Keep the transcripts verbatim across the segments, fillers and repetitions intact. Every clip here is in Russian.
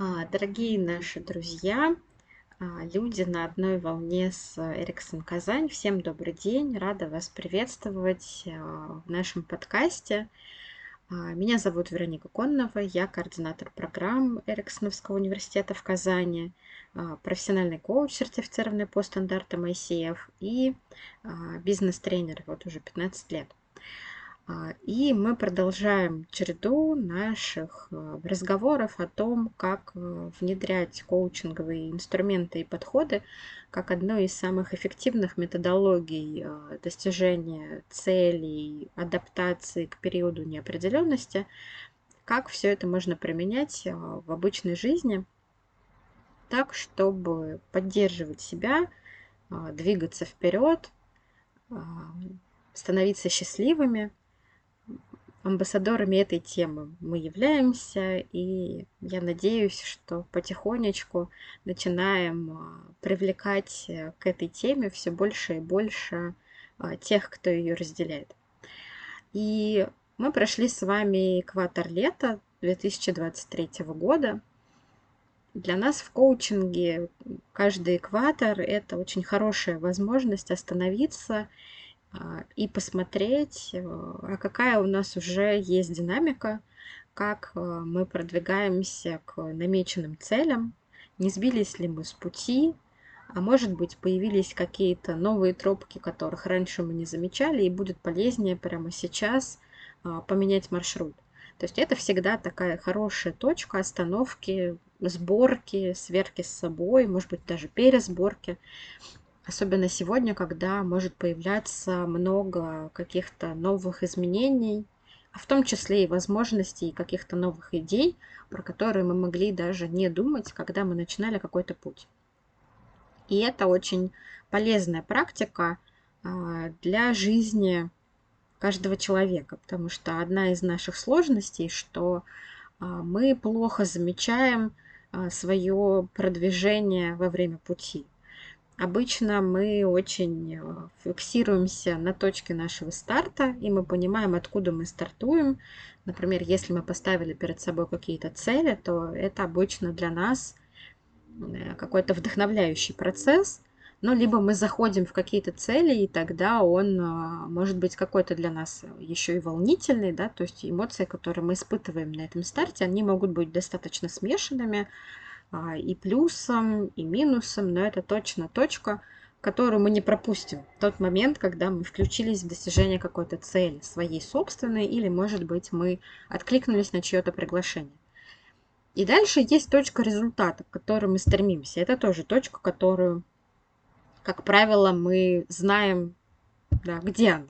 А, Дорогие наши друзья, а, люди на одной волне с Эриксон Казань, всем добрый день, рада вас приветствовать а, в нашем подкасте. А, Меня зовут Вероника Коннова, я координатор программ Эриксоновского университета в Казани, а, профессиональный коуч, сертифицированный по стандартам ай си эф и а, бизнес-тренер вот уже пятнадцать лет. А, И мы продолжаем череду наших э, разговоров о том, как э, внедрять коучинговые инструменты и подходы как одну из самых эффективных методологий э, достижения целей, адаптации к периоду неопределенности, как все это можно применять э, в обычной жизни так, чтобы поддерживать себя, э, двигаться вперед, э, становиться счастливыми. Амбассадорами этой темы мы являемся, и я надеюсь, что потихонечку начинаем а, привлекать э, к этой теме все больше и больше а, тех, кто ее разделяет. И мы прошли с вами экватор лета две тысячи двадцать третьего года. Для нас в коучинге каждый экватор – это очень хорошая возможность остановиться а, и посмотреть, э, а какая у нас уже есть динамика, как э, мы продвигаемся к намеченным целям, не сбились ли мы с пути, а может быть появились какие-то новые тропки, которых раньше мы не замечали, и будет полезнее прямо сейчас а, поменять маршрут. То есть это всегда такая хорошая точка остановки, сборки, сверки с собой, может быть даже пересборки. Особенно сегодня, когда может появляться много каких-то новых изменений, а в том числе и возможностей, и каких-то новых идей, про которые мы могли даже не думать, когда мы начинали какой-то путь. И это очень полезная практика а, для жизни каждого человека, потому что одна из наших сложностей, что а, мы плохо замечаем свое продвижение во время пути. Обычно мы очень э, фиксируемся на точке нашего старта, и мы понимаем, откуда мы стартуем. Например, если мы поставили перед собой какие-то цели, то это обычно для нас э, какой-то вдохновляющий процесс. Ну, либо мы заходим в какие-то цели, и тогда он а, может быть какой-то для нас еще и волнительный, да, то есть эмоции, которые мы испытываем на этом старте, они могут быть достаточно смешанными, а, и плюсом, и минусом, но это точно точка, которую мы не пропустим. Тот момент, когда мы включились в достижение какой-то цели, своей собственной, или, может быть, мы откликнулись на чье-то приглашение. И дальше есть точка результата, к которой мы стремимся. Это тоже точка, которую, как правило, мы знаем, да, где она.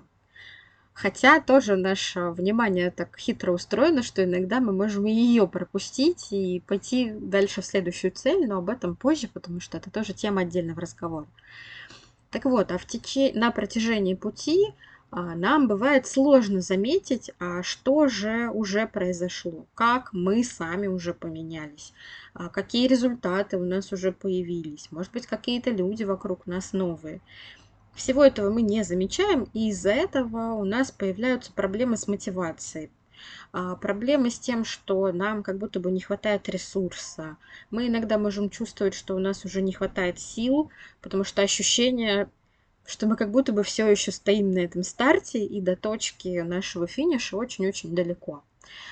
Хотя тоже наше внимание так хитро устроено, что иногда мы можем и ее пропустить и пойти дальше в следующую цель, но об этом позже, потому что это тоже тема отдельного разговора. Так вот, а в теч... на протяжении пути а, нам бывает сложно заметить, а что же уже произошло, как мы сами уже поменялись, а какие результаты у нас уже появились, может быть, какие-то люди вокруг нас новые. Всего этого мы не замечаем, и из-за этого у нас появляются проблемы с мотивацией. А, Проблемы с тем, что нам как будто бы не хватает ресурса. Мы иногда можем чувствовать, что у нас уже не хватает сил, потому что ощущение, что мы как будто бы все еще стоим на этом старте, и до точки нашего финиша очень-очень далеко.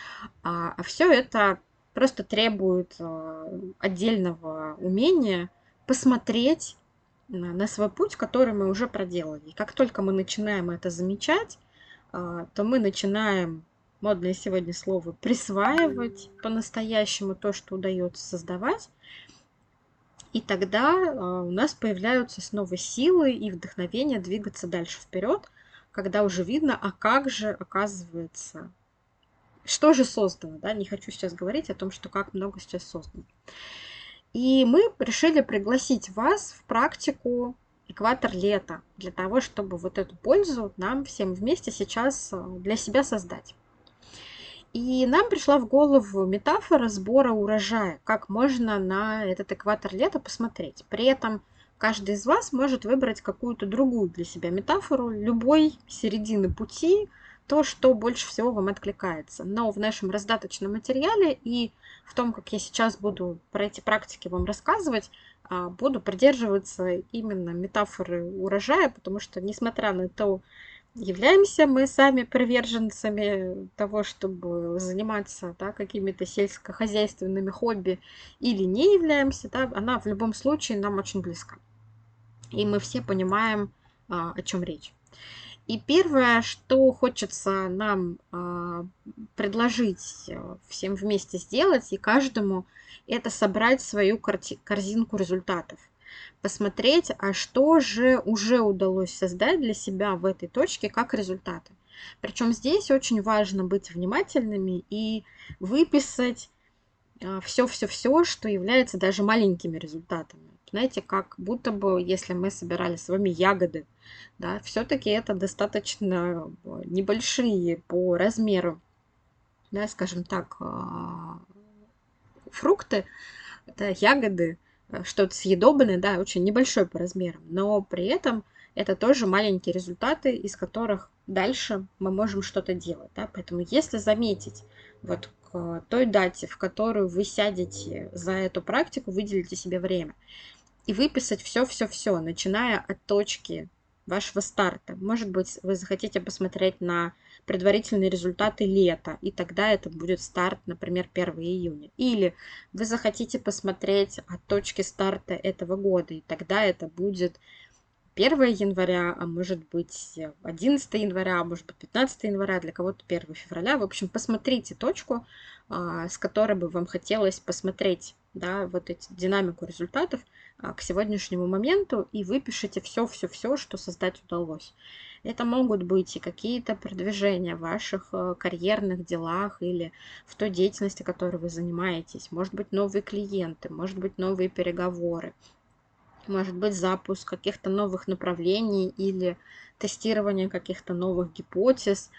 А, а все это просто требует а, отдельного умения посмотреть на, на свой путь, который мы уже проделали. И как только мы начинаем это замечать, а, то мы начинаем, модное сегодня слово, присваивать по-настоящему то, что удается создавать. И тогда а, у нас появляются снова силы и вдохновение двигаться дальше вперед, когда уже видно, а как же, оказывается, что же создано, да, не хочу сейчас говорить о том, что как много сейчас создано. И мы решили пригласить вас в практику экватор лета, для того, чтобы вот эту пользу нам всем вместе сейчас э, для себя создать. И нам пришла в голову метафора сбора урожая, как можно на этот экватор лета посмотреть. При этом каждый из вас может выбрать какую-то другую для себя метафору любой середины пути, то, что больше всего вам откликается. Но в нашем раздаточном материале и в том, как я сейчас буду про эти практики вам рассказывать, буду придерживаться именно метафоры урожая, потому что, несмотря на то, являемся мы сами приверженцами того, чтобы заниматься, да, какими-то сельскохозяйственными хобби, или не являемся, да, она в любом случае нам очень близка. И мы все понимаем, о чем речь. И первое, что хочется нам предложить всем вместе сделать и каждому, это собрать свою корзинку результатов. Посмотреть, а что же уже удалось создать для себя в этой точке как результаты. Причем здесь очень важно быть внимательными и выписать все-все-все, что является даже маленькими результатами. Знаете, как будто бы, если мы собирали с вами ягоды, да, все-таки это достаточно небольшие по размеру, да, скажем так, фрукты, это ягоды, что-то съедобное, да, очень небольшой по размерам, но при этом это тоже маленькие результаты, из которых дальше мы можем что-то делать, да, поэтому если заметить вот к той дате, в которую вы сядете за эту практику, выделите себе время и выписать все-все-все, начиная от точки вашего старта. Может быть, вы захотите посмотреть на предварительные результаты лета, и тогда это будет старт, например, первого июня. Или вы захотите посмотреть от точки старта этого года, и тогда это будет первого января, а может быть одиннадцатого января, а может быть пятнадцатого января, для кого-то первого февраля. В общем, посмотрите точку, с которой бы вам хотелось посмотреть, да, вот эти динамику результатов к сегодняшнему моменту, и выпишите все-все-все, что создать удалось. Это могут быть и какие-то продвижения в ваших карьерных делах или в той деятельности, которой вы занимаетесь. Может быть, новые клиенты, может быть, новые переговоры. Может быть, запуск каких-то новых направлений или тестирование каких-то новых гипотез,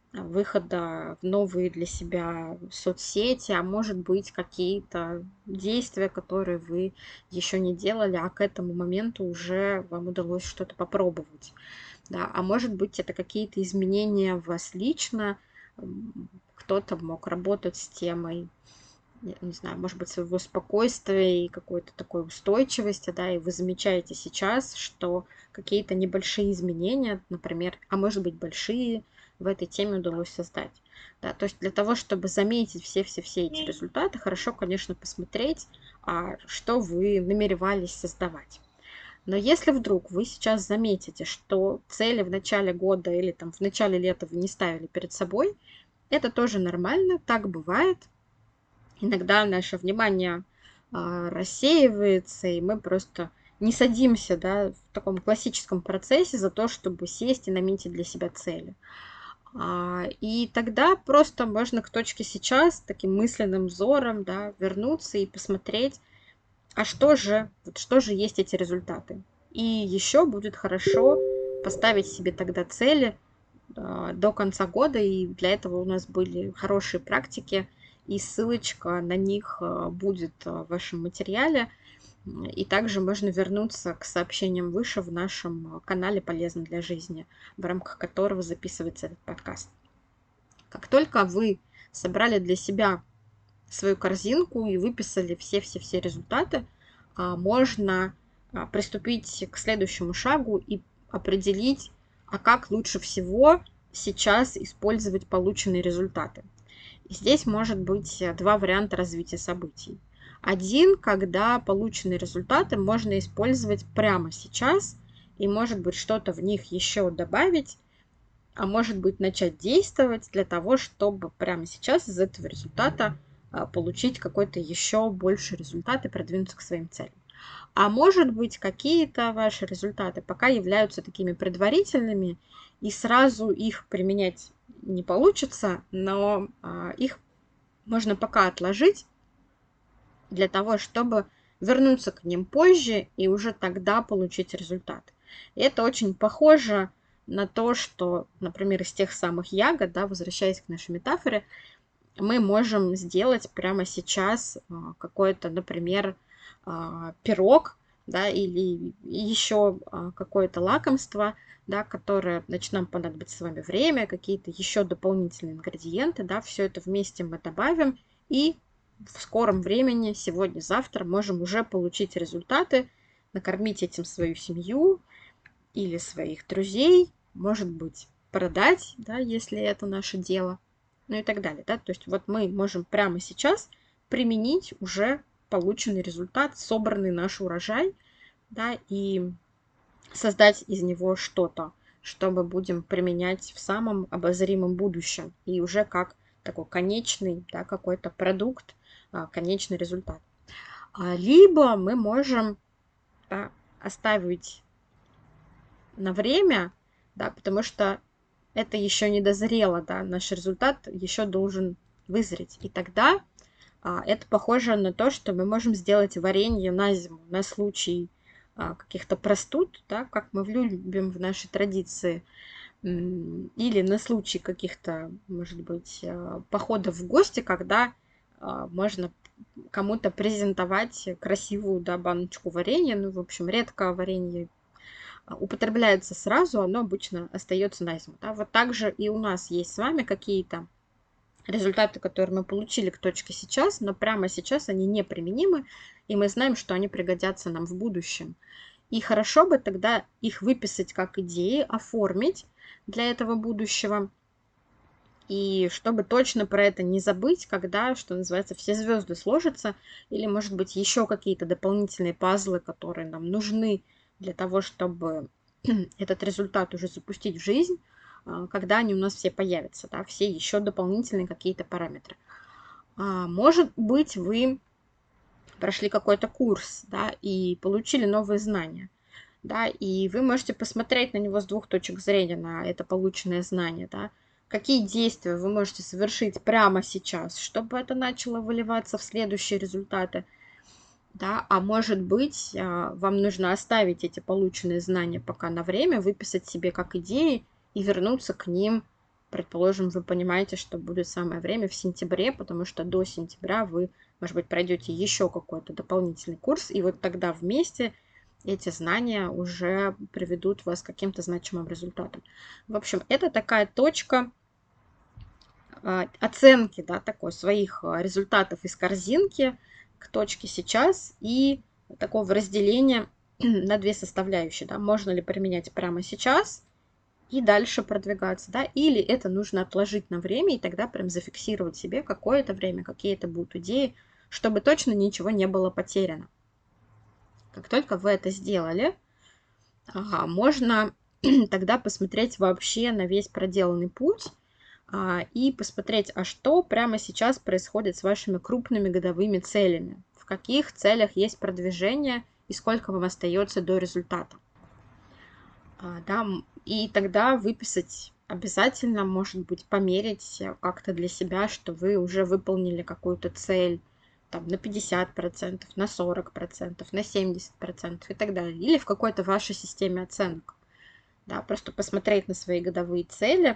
выхода в новые для себя соцсети, а может быть, какие-то действия, которые вы еще не делали, а к этому моменту уже вам удалось что-то попробовать. Да, а может быть, это какие-то изменения в вас лично, кто-то мог работать с темой, не знаю, может быть, своего спокойствия и какой-то такой устойчивости, да, и вы замечаете сейчас, что какие-то небольшие изменения, например, а может быть, большие, в этой теме удалось создать. Да, то есть для того, чтобы заметить все-все-все эти результаты, хорошо, конечно, посмотреть, а что вы намеревались создавать. Но если вдруг вы сейчас заметите, что цели в начале года или там в начале лета вы не ставили перед собой, это тоже нормально, так бывает. Иногда наше внимание а, рассеивается, и мы просто не садимся, да, в таком классическом процессе за то, чтобы сесть и наметить для себя цели. А, и тогда просто можно к точке сейчас таким мысленным взором, да, вернуться и посмотреть, а что же, вот что же есть эти результаты. И еще будет хорошо поставить себе тогда цели а, до конца года, и для этого у нас были хорошие практики, и ссылочка на них будет в вашем материале. И также можно вернуться к сообщениям выше в нашем канале «Полезно для жизни», в рамках которого записывается этот подкаст. Как только вы собрали для себя свою корзинку и выписали все-все-все результаты, можно приступить к следующему шагу и определить, а как лучше всего сейчас использовать полученные результаты. И здесь может быть два варианта развития событий. Один, когда полученные результаты можно использовать прямо сейчас, и может быть что-то в них еще добавить, а может быть начать действовать для того, чтобы прямо сейчас из этого результата получить какой-то еще больший результат и продвинуться к своим целям. А может быть, какие-то ваши результаты пока являются такими предварительными, и сразу их применять не получится, но а, их можно пока отложить для того, чтобы вернуться к ним позже и уже тогда получить результат. И это очень похоже на то, что, например, из тех самых ягод, да, возвращаясь к нашей метафоре, мы можем сделать прямо сейчас какой-то, например, пирог, да, или еще какое-то лакомство, да, которое, значит, нам понадобится с вами время, какие-то еще дополнительные ингредиенты, да, все это вместе мы добавим, и в скором времени, сегодня-завтра, можем уже получить результаты, накормить этим свою семью или своих друзей, может быть, продать, да, если это наше дело, ну и так далее, да, то есть вот мы можем прямо сейчас применить уже полученный результат, собранный наш урожай, да, и создать из него что-то, что мы будем применять в самом обозримом будущем и уже как такой конечный, да, какой-то продукт, конечный результат. Либо мы можем, да, оставить на время, да, потому что это еще не дозрело, да, наш результат еще должен вызреть. И тогда а, это похоже на то, что мы можем сделать варенье на зиму, на случай а, каких-то простуд, да, как мы любим в нашей традиции, или на случай каких-то, может быть, походов в гости, когда а, можно кому-то презентовать красивую, да, баночку варенья. Ну, в общем, редко варенье употребляется сразу, оно обычно остается на зиму. Да? Вот так же и у нас есть с вами какие-то результаты, которые мы получили к точке сейчас, но прямо сейчас они неприменимы, и мы знаем, что они пригодятся нам в будущем. И хорошо бы тогда их выписать как идеи, оформить для этого будущего, и чтобы точно про это не забыть, когда, что называется, все звезды сложатся, или, может быть, еще какие-то дополнительные пазлы, которые нам нужны для того, чтобы этот результат уже запустить в жизнь, когда они у нас все появятся, да, все еще дополнительные какие-то параметры. Может быть, вы прошли какой-то курс, да, и получили новые знания, да, и вы можете посмотреть на него с двух точек зрения, на это полученное знание, да, какие действия вы можете совершить прямо сейчас, чтобы это начало выливаться в следующие результаты, да, а может быть, вам нужно оставить эти полученные знания пока на время, выписать себе как идеи и вернуться к ним. Предположим, вы понимаете, что будет самое время в сентябре, потому что до сентября вы, может быть, пройдете еще какой-то дополнительный курс, и вот тогда вместе эти знания уже приведут вас к каким-то значимым результатам. В общем, это такая точка оценки, да, такой своих результатов из корзинки к точке сейчас и такого разделения на две составляющие, да, можно ли применять прямо сейчас и дальше продвигаться, да, или это нужно отложить на время и тогда прям зафиксировать себе какое-то время, какие это будут идеи, чтобы точно ничего не было потеряно. Как только вы это сделали, ага, можно тогда посмотреть вообще на весь проделанный путь а, и посмотреть, а что прямо сейчас происходит с вашими крупными годовыми целями, в каких целях есть продвижение и сколько вам остается до результата. А, да, и тогда выписать обязательно, может быть, померить как-то для себя, что вы уже выполнили какую-то цель, там, на пятьдесят процентов, на сорок процентов, на семьдесят процентов и так далее. Или в какой-то вашей системе оценок. Да, просто посмотреть на свои годовые цели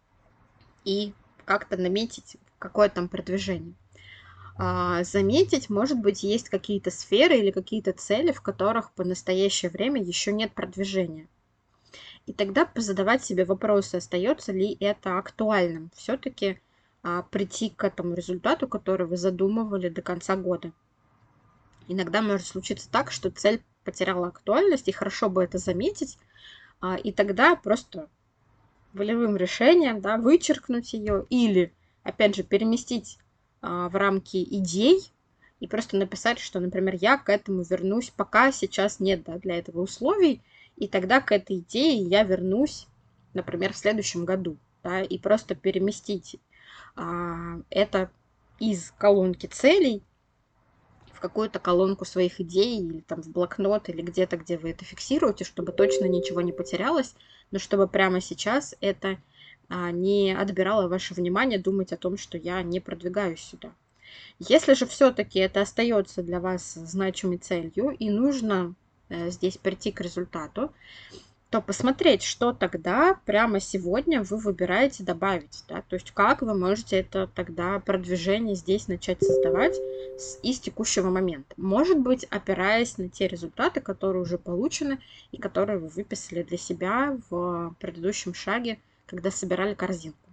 и как-то наметить, какое там продвижение. А, заметить, может быть, есть какие-то сферы или какие-то цели, в которых по настоящее время еще нет продвижения. И тогда позадавать себе вопросы, остается ли это актуальным. Все-таки а, прийти к этому результату, который вы задумывали до конца года. Иногда может случиться так, что цель потеряла актуальность, и хорошо бы это заметить, а, и тогда просто волевым решением, да, вычеркнуть ее или, опять же, переместить а, в рамки идей и просто написать, что, например, я к этому вернусь, пока сейчас нет, да, для этого условий, и тогда к этой идее я вернусь, например, в следующем году, да, и просто переместить а, это из колонки целей в какую-то колонку своих идей или там в блокнот или где-то, где вы это фиксируете, чтобы точно ничего не потерялось, но чтобы прямо сейчас это а, не отбирало ваше внимание думать о том, что я не продвигаюсь сюда. Если же все-таки это остается для вас значимой целью и нужно э, здесь прийти к результату, то посмотреть, что тогда прямо сегодня вы выбираете добавить, да, то есть как вы можете это тогда продвижение здесь начать создавать с, из текущего момента. Может быть, опираясь на те результаты, которые уже получены и которые вы выписали для себя в предыдущем шаге, когда собирали корзинку.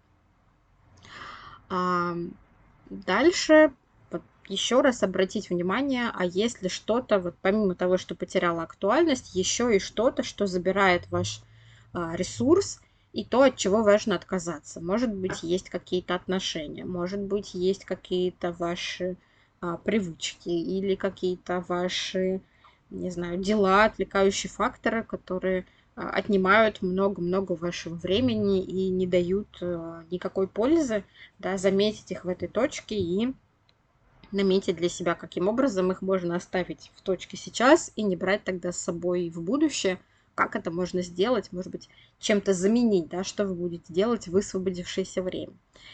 А дальше вот еще раз обратить внимание, а есть ли что-то, вот помимо того, что потеряла актуальность, еще и что-то, что забирает ваш а, ресурс и то, от чего важно отказаться. Может быть, есть какие-то отношения, может быть, есть какие-то ваши а, привычки или какие-то ваши, не знаю, дела, отвлекающие факторы, которые а, отнимают много-много вашего времени и не дают а, никакой пользы, да, заметить их в этой точке и наметить для себя, каким образом их можно оставить в точке сейчас и не брать тогда с собой в будущее. Как это можно сделать? Может быть, чем-то заменить, да, что вы будете делать в высвободившееся время.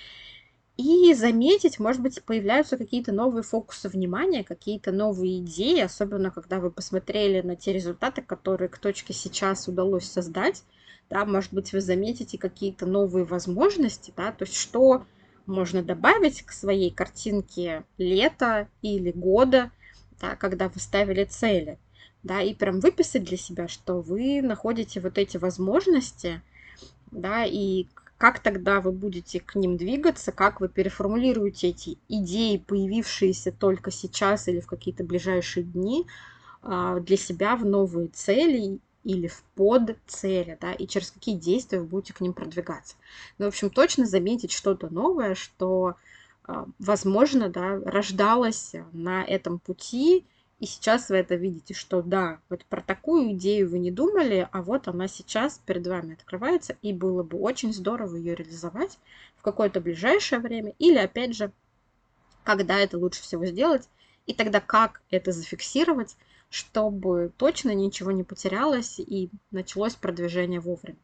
И заметить, может быть, появляются какие-то новые фокусы внимания, какие-то новые идеи, особенно когда вы посмотрели на те результаты, которые к точке сейчас удалось создать. Да, может быть, вы заметите какие-то новые возможности, да, то есть что можно добавить к своей картинке лета или года, да, когда вы ставили цели, да, и прям выписать для себя, что вы находите вот эти возможности, да, и как тогда вы будете к ним двигаться, как вы переформулируете эти идеи, появившиеся только сейчас или в какие-то ближайшие дни, а, для себя в новые цели или в подцели, да, и через какие действия вы будете к ним продвигаться. Ну, в общем, точно заметить что-то новое, что, а, возможно, да, рождалось на этом пути, и сейчас вы это видите, что да, вот про такую идею вы не думали, а вот она сейчас перед вами открывается, и было бы очень здорово ее реализовать в какое-то ближайшее время, или, опять же, когда это лучше всего сделать, и тогда как это зафиксировать, чтобы точно ничего не потерялось и началось продвижение вовремя.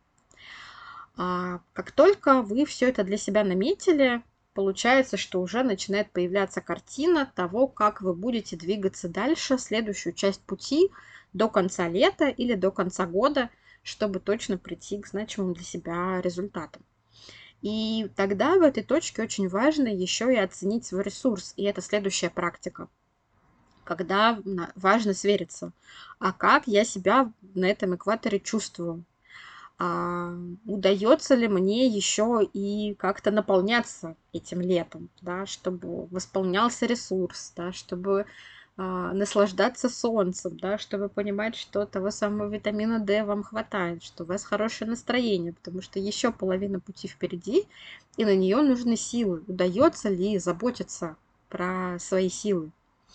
А как только вы все это для себя наметили, получается, что уже начинает появляться картина того, как вы будете двигаться дальше, следующую часть пути до конца лета или до конца года, чтобы точно прийти к значимым для себя результатам. И тогда в этой точке очень важно еще и оценить свой ресурс. И это следующая практика, когда важно свериться, а как я себя на этом экваторе чувствую. А, удается ли мне еще и как-то наполняться этим летом, да, чтобы восполнялся ресурс, да, чтобы а, наслаждаться солнцем, да, чтобы понимать, что того самого витамина D вам хватает, что у вас хорошее настроение, потому что еще половина пути впереди, и на нее нужны силы. Удается ли заботиться про свои силы?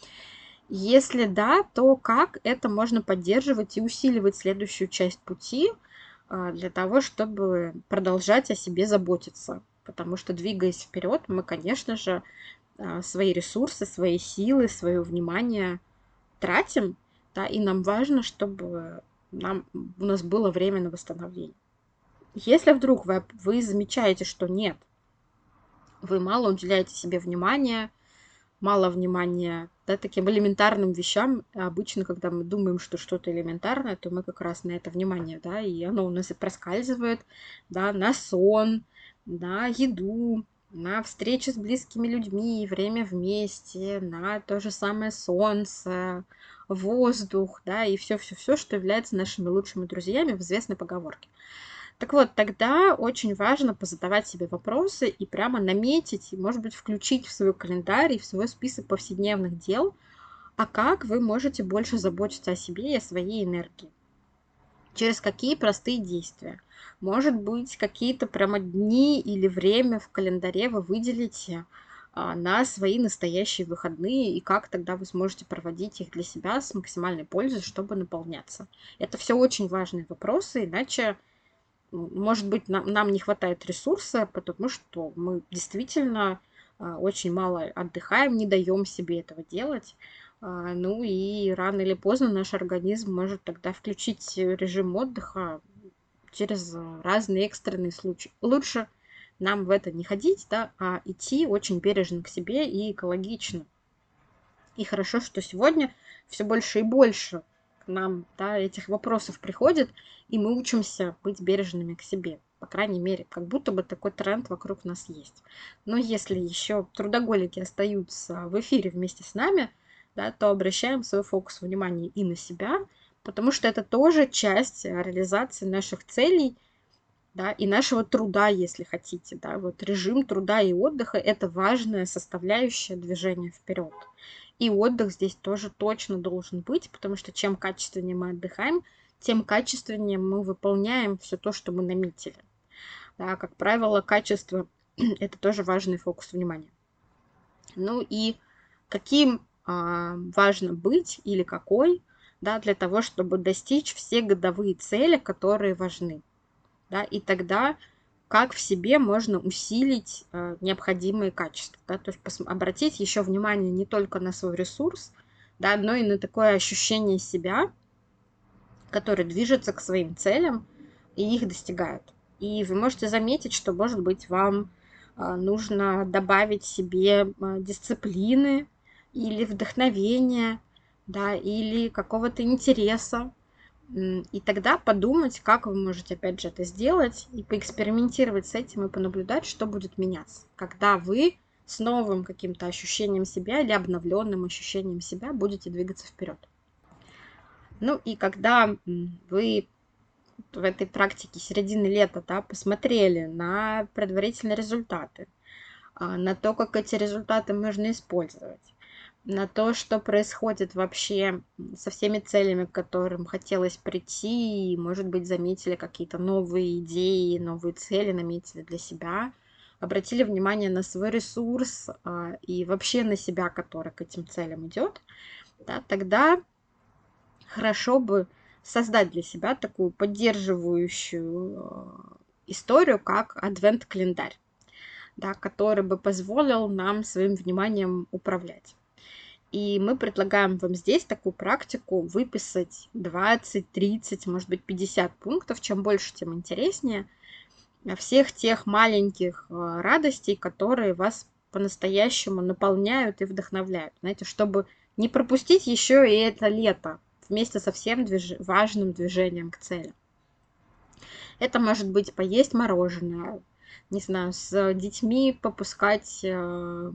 Если да, то как это можно поддерживать и усиливать следующую часть пути а, для того, чтобы продолжать о себе заботиться? Потому что, двигаясь вперед, мы, конечно же, а, свои ресурсы, свои силы, свое внимание тратим, да, и нам важно, чтобы нам, у нас было время на восстановление. Если вдруг вы, вы замечаете, что нет, вы мало уделяете себе внимания, мало внимания, да, таким элементарным вещам. Обычно, когда мы думаем, что что-то элементарное, то мы как раз на это внимание, да, и оно у нас и проскальзывает, да, на сон, на еду, на встречи с близкими людьми, время вместе, на то же самое солнце, воздух, да, и все-все-все, что является нашими лучшими друзьями в известной поговорке. Так вот, тогда очень важно позадавать себе вопросы и прямо наметить, и, может быть, включить в свой календарь и в свой список повседневных дел, а как вы можете больше заботиться о себе и о своей энергии. Через какие простые действия. Может быть, какие-то прямо дни или время в календаре вы выделите а, на свои настоящие выходные, и как тогда вы сможете проводить их для себя с максимальной пользой, чтобы наполняться. Это все очень важные вопросы, иначе может быть, нам, нам не хватает ресурса, потому что мы действительно а, очень мало отдыхаем, не даем себе этого делать. А, ну и рано или поздно наш организм может тогда включить режим отдыха через разные экстренные случаи. Лучше нам в это не ходить, да, а идти очень бережно к себе и экологично. И хорошо, что сегодня все больше и больше к нам, да, этих вопросов приходит, и мы учимся быть бережными к себе. По крайней мере, как будто бы такой тренд вокруг нас есть. Но если еще трудоголики остаются в эфире вместе с нами, да, то обращаем свой фокус внимания и на себя, потому что это тоже часть реализации наших целей, да, и нашего труда, если хотите, да, вот режим труда и отдыха – это важная составляющая движения вперед. И отдых здесь тоже точно должен быть, потому что чем качественнее мы отдыхаем, тем качественнее мы выполняем все то, что мы наметили. Да, как правило, качество – это тоже важный фокус внимания. Ну и каким а, важно быть или какой, да, для того, чтобы достичь все годовые цели, которые важны. Да, и тогда как в себе можно усилить э, необходимые качества. Да, то есть пос- обратить еще внимание не только на свой ресурс, да, но и на такое ощущение себя, который движется к своим целям и их достигает. И вы можете заметить, что, может быть, вам э, нужно добавить себе э, дисциплины или вдохновения, да, или какого-то интереса. И тогда подумать, как вы можете, опять же, это сделать, и поэкспериментировать с этим, и понаблюдать, что будет меняться, когда вы с новым каким-то ощущением себя или обновленным ощущением себя будете двигаться вперед. Ну и когда вы в этой практике середины лета, да, посмотрели на предварительные результаты, а, на то, как эти результаты можно использовать, на то, что происходит вообще со всеми целями, к которым хотелось прийти, и, может быть, заметили какие-то новые идеи, новые цели, наметили для себя, обратили внимание на свой ресурс а, и вообще на себя, который к этим целям идет, да, тогда хорошо бы создать для себя такую поддерживающую а, историю, как адвент-календарь, да, который бы позволил нам своим вниманием управлять. И мы предлагаем вам здесь такую практику выписать двадцать, тридцать, может быть, пятьдесят пунктов, чем больше, тем интереснее, всех тех маленьких э, радостей, которые вас по-настоящему наполняют и вдохновляют. Знаете, чтобы не пропустить еще и это лето вместе со всем движ... важным движением к цели. Это может быть поесть мороженое, не знаю, с детьми попускать э,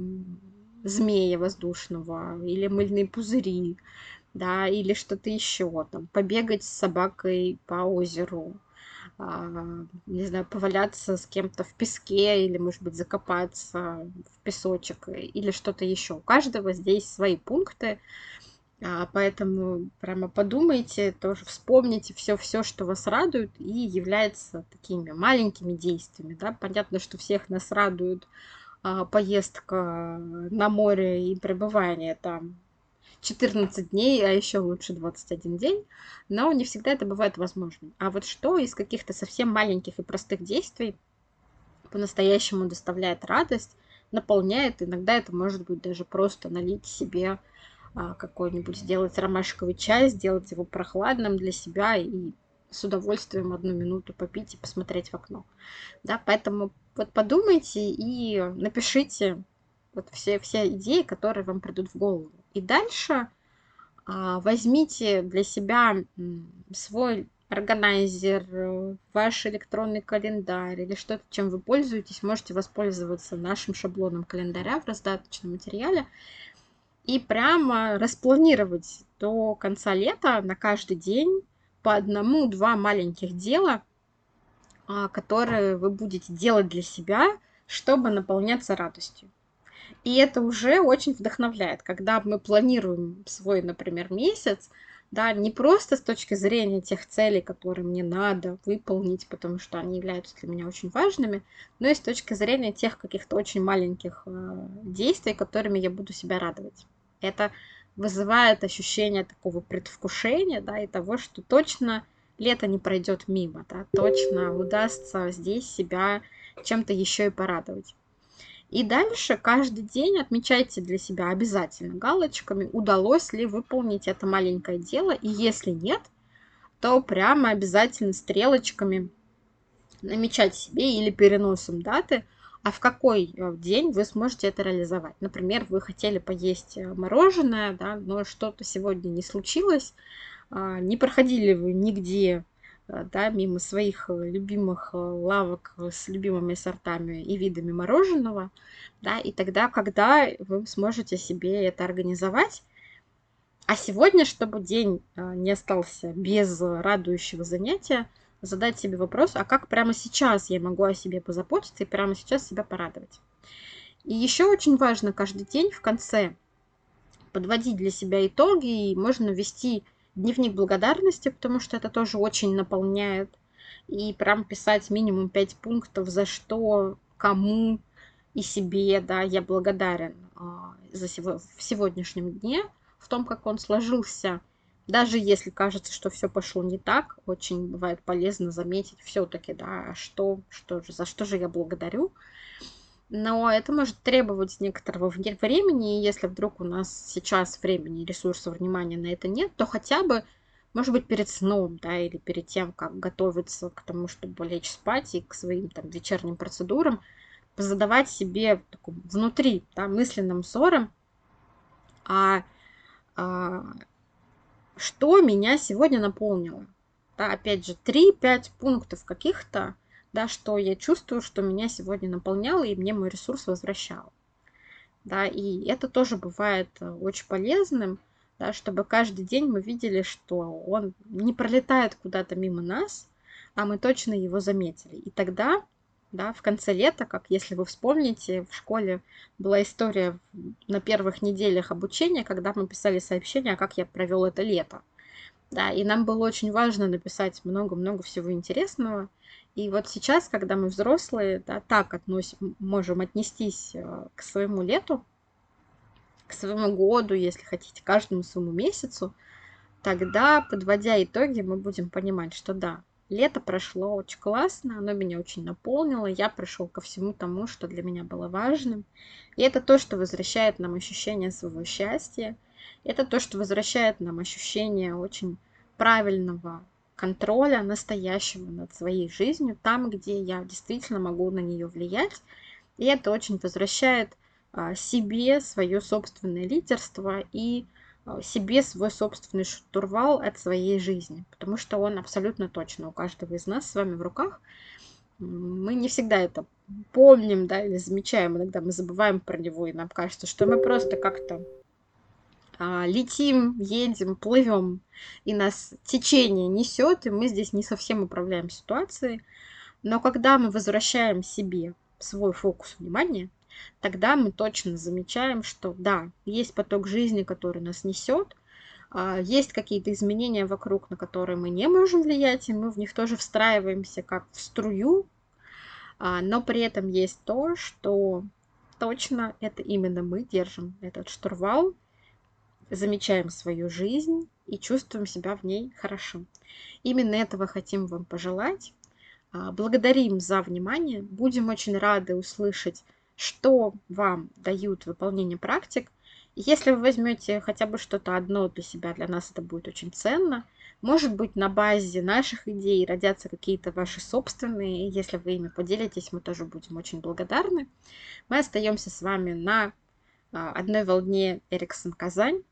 змея воздушного или мыльные пузыри, да, или что-то еще, там, побегать с собакой по озеру, а, не знаю, поваляться с кем-то в песке или, может быть, закопаться в песочек или что-то еще. У каждого здесь свои пункты, а, поэтому прямо подумайте, тоже вспомните все-все, что вас радует и является такими маленькими действиями. Да? Понятно, что всех нас радует а, поездка на море и пребывание там четырнадцать дней, а еще лучше двадцать один день, но не всегда это бывает возможным. А вот что из каких-то совсем маленьких и простых действий по-настоящему доставляет радость, наполняет, иногда это может быть даже просто налить себе а, какой-нибудь, сделать ромашковый чай, сделать его прохладным для себя и с удовольствием одну минуту попить и посмотреть в окно. Да, поэтому вот подумайте и напишите вот все, все идеи, которые вам придут в голову. И дальше а, возьмите для себя м, свой органайзер, э, ваш электронный календарь или что-то, чем вы пользуетесь. Можете воспользоваться нашим шаблоном календаря в раздаточном материале и прямо распланировать до конца лета на каждый день по одному-два маленьких дела, а, которые вы будете делать для себя, чтобы наполняться радостью. И это уже очень вдохновляет, когда мы планируем свой, например, месяц, да, не просто с точки зрения тех целей, которые мне надо выполнить, потому что они являются для меня очень важными, но и с точки зрения тех каких-то очень маленьких э, действий, которыми я буду себя радовать. Это вызывает ощущение такого предвкушения, да, и того, что точно лето не пройдет мимо, да, точно удастся здесь себя чем-то еще и порадовать. И дальше каждый день отмечайте для себя обязательно галочками, удалось ли выполнить это маленькое дело. И если нет, то прямо обязательно стрелочками намечать себе или переносом даты, а в какой э, день вы сможете это реализовать. Например, вы хотели поесть э, мороженое, да, но что-то сегодня не случилось, а, не проходили вы нигде, а, да, мимо своих э, любимых э, лавок э, с любимыми сортами и видами мороженого, да, и тогда, когда вы сможете себе это организовать. А сегодня, чтобы день а, не остался без радующего занятия, задать себе вопрос, а как прямо сейчас я могу о себе позаботиться и прямо сейчас себя порадовать. И еще очень важно каждый день в конце подводить для себя итоги, и можно вести дневник благодарности, потому что это тоже очень наполняет, и прям писать минимум пять пунктов, за что, кому и себе, да, я благодарен а, за сего, в сегодняшнем дне, в том, как он сложился. Даже если кажется, что все пошло не так, очень бывает полезно заметить все-таки, да, а что, что же, за что же я благодарю. Но это может требовать некоторого времени, и если вдруг у нас сейчас времени, ресурсов, внимания на это нет, то хотя бы, может быть, перед сном, да, или перед тем, как готовиться к тому, чтобы лечь спать и к своим там вечерним процедурам, позадавать себе таком, внутри, да, мысленным взором, а, а что меня сегодня наполнило. Да, опять же, три-пять пунктов каких-то, да, что я чувствую, что меня сегодня наполняло и мне мой ресурс возвращал. Да, и это тоже бывает э, очень полезным, да, чтобы каждый день мы видели, что он не пролетает куда-то мимо нас, а мы точно его заметили. И тогда, да, в конце лета, как если вы вспомните, в школе была история на первых неделях обучения, когда мы писали сообщение, как я провел это лето. Да, и нам было очень важно написать много-много всего интересного. И вот сейчас, когда мы взрослые, да, так относим, можем отнестись э, к своему лету, к своему году, если хотите, каждому своему месяцу, тогда, подводя итоги, мы будем понимать, что да, лето прошло очень классно, оно меня очень наполнило, я пришел ко всему тому, что для меня было важным. И это то, что возвращает нам ощущение своего счастья, это то, что возвращает нам ощущение очень правильного контроля настоящего над своей жизнью, там, где я действительно могу на нее влиять. И это очень возвращает а, себе свое собственное лидерство и а, себе свой собственный штурвал от своей жизни, потому что он абсолютно точно у каждого из нас с вами в руках. Мы не всегда это помним, да, или замечаем, иногда мы забываем про него, и нам кажется, что мы просто как-то а, летим, едем, плывем, и нас течение несет, и мы здесь не совсем управляем ситуацией. Но когда мы возвращаем себе свой фокус внимания, тогда мы точно замечаем, что да, есть поток жизни, который нас несет, а, есть какие-то изменения вокруг, на которые мы не можем влиять, и мы в них тоже встраиваемся как в струю, а, но при этом есть то, что точно это именно мы держим этот штурвал, замечаем свою жизнь и чувствуем себя в ней хорошо. Именно этого хотим вам пожелать. А, Благодарим за внимание. Будем очень рады услышать, что вам дают выполнение практик. Если вы возьмете хотя бы что-то одно для себя, для нас это будет очень ценно. Может быть, на базе наших идей родятся какие-то ваши собственные. И если вы ими поделитесь, мы тоже будем очень благодарны. Мы остаемся с вами на а, одной волне Эриксон Казань.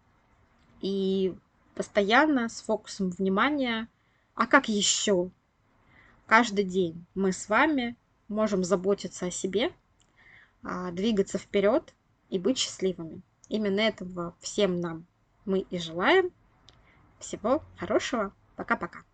И постоянно с фокусом внимания, а как еще каждый день мы с вами можем заботиться о себе, а, двигаться вперед и быть счастливыми. Именно этого всем нам мы и желаем. Всего хорошего. Пока-пока.